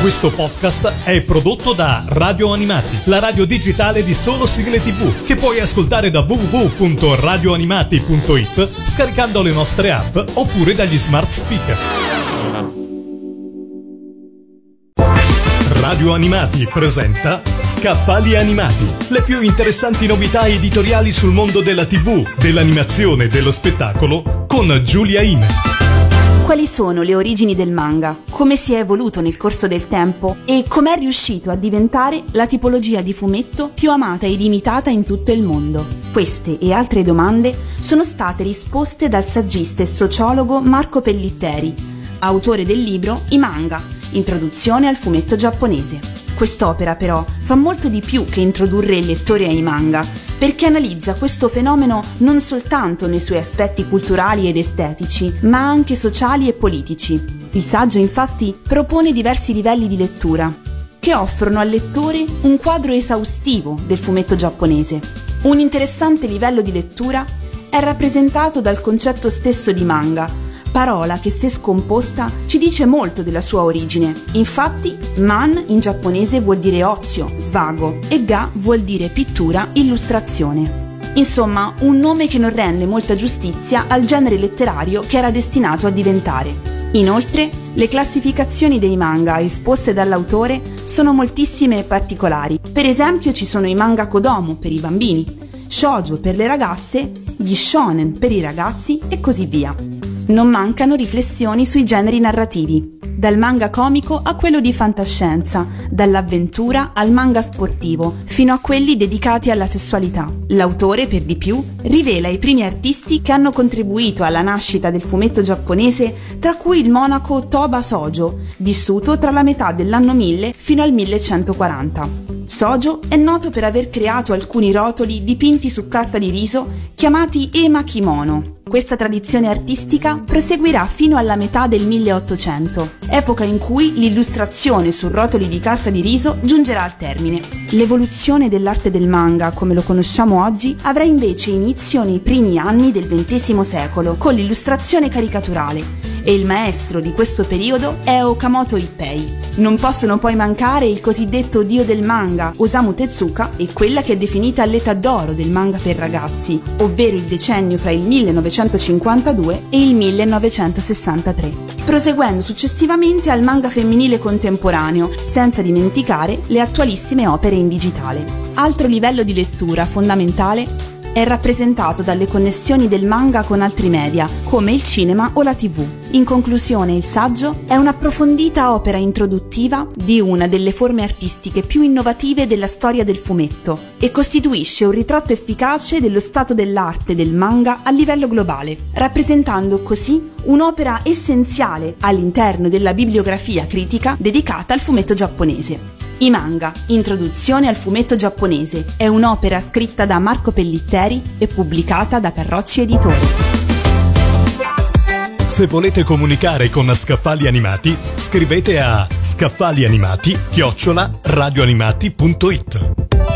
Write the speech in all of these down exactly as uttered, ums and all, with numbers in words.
Questo podcast è prodotto da Radio Animati, la radio digitale di solo sigle tivù, che puoi ascoltare da w w w punto radio animati punto i t scaricando le nostre app oppure dagli smart speaker. Radio Animati presenta Scaffali Animati, le più interessanti novità editoriali sul mondo della tivù, dell'animazione e dello spettacolo con Giulia Ime. Quali sono le origini del manga? Come si è evoluto nel corso del tempo? E com'è riuscito a diventare la tipologia di fumetto più amata ed imitata in tutto il mondo? Queste e altre domande sono state risposte dal saggista e sociologo Marco Pellitteri, autore del libro I manga, introduzione al fumetto giapponese. Quest'opera però fa molto di più che introdurre il lettore ai manga, perché analizza questo fenomeno non soltanto nei suoi aspetti culturali ed estetici, ma anche sociali e politici. Il saggio infatti propone diversi livelli di lettura, che offrono al lettore un quadro esaustivo del fumetto giapponese. Un interessante livello di lettura è rappresentato dal concetto stesso di manga, parola che, se scomposta, ci dice molto della sua origine. Infatti, man in giapponese vuol dire ozio, svago, e ga vuol dire pittura, illustrazione. Insomma, un nome che non rende molta giustizia al genere letterario che era destinato a diventare. Inoltre, le classificazioni dei manga esposte dall'autore sono moltissime e particolari. Per esempio, ci sono i manga kodomo per i bambini, shoujo per le ragazze, gli shonen per i ragazzi e così via. Non mancano riflessioni sui generi narrativi, dal manga comico a quello di fantascienza, dall'avventura al manga sportivo, fino a quelli dedicati alla sessualità. L'autore, per di più, rivela i primi artisti che hanno contribuito alla nascita del fumetto giapponese, tra cui il monaco Toba Sojo, vissuto tra la metà dell'anno mille fino al millecentoquaranta. Sojo è noto per aver creato alcuni rotoli dipinti su carta di riso chiamati ema-kimono. Questa tradizione artistica proseguirà fino alla metà del milleottocento, epoca in cui l'illustrazione su rotoli di carta di riso giungerà al termine. L'evoluzione dell'arte del manga, come lo conosciamo oggi, avrà invece inizio nei primi anni del ventesimo secolo, con l'illustrazione caricaturale, e il maestro di questo periodo è Okamoto Ippei. Non possono poi mancare il cosiddetto dio del manga, Osamu Tezuka, e quella che è definita l'età d'oro del manga per ragazzi, ovvero il decennio fra il millenovecentocinquantadue e il millenovecentosessantatré, proseguendo successivamente al manga femminile contemporaneo, senza dimenticare le attualissime opere in digitale. Altro livello di lettura fondamentale è rappresentato dalle connessioni del manga con altri media, come il cinema o la tivù. In conclusione, il saggio è un'approfondita opera introduttiva di una delle forme artistiche più innovative della storia del fumetto e costituisce un ritratto efficace dello stato dell'arte del manga a livello globale, rappresentando così un'opera essenziale all'interno della bibliografia critica dedicata al fumetto giapponese. I manga, introduzione al fumetto giapponese, è un'opera scritta da Marco Pellitteri e pubblicata da Carrocci Editore. Se volete comunicare con Scaffali Animati, scrivete a scaffalianimati chiocciola radioanimati punto i t.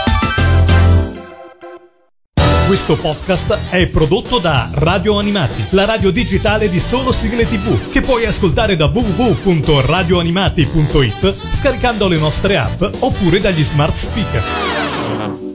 Questo podcast è prodotto da Radio Animati, la radio digitale di solo sigle tivù, che puoi ascoltare da w w w punto radio animati punto i t scaricando le nostre app oppure dagli smart speaker.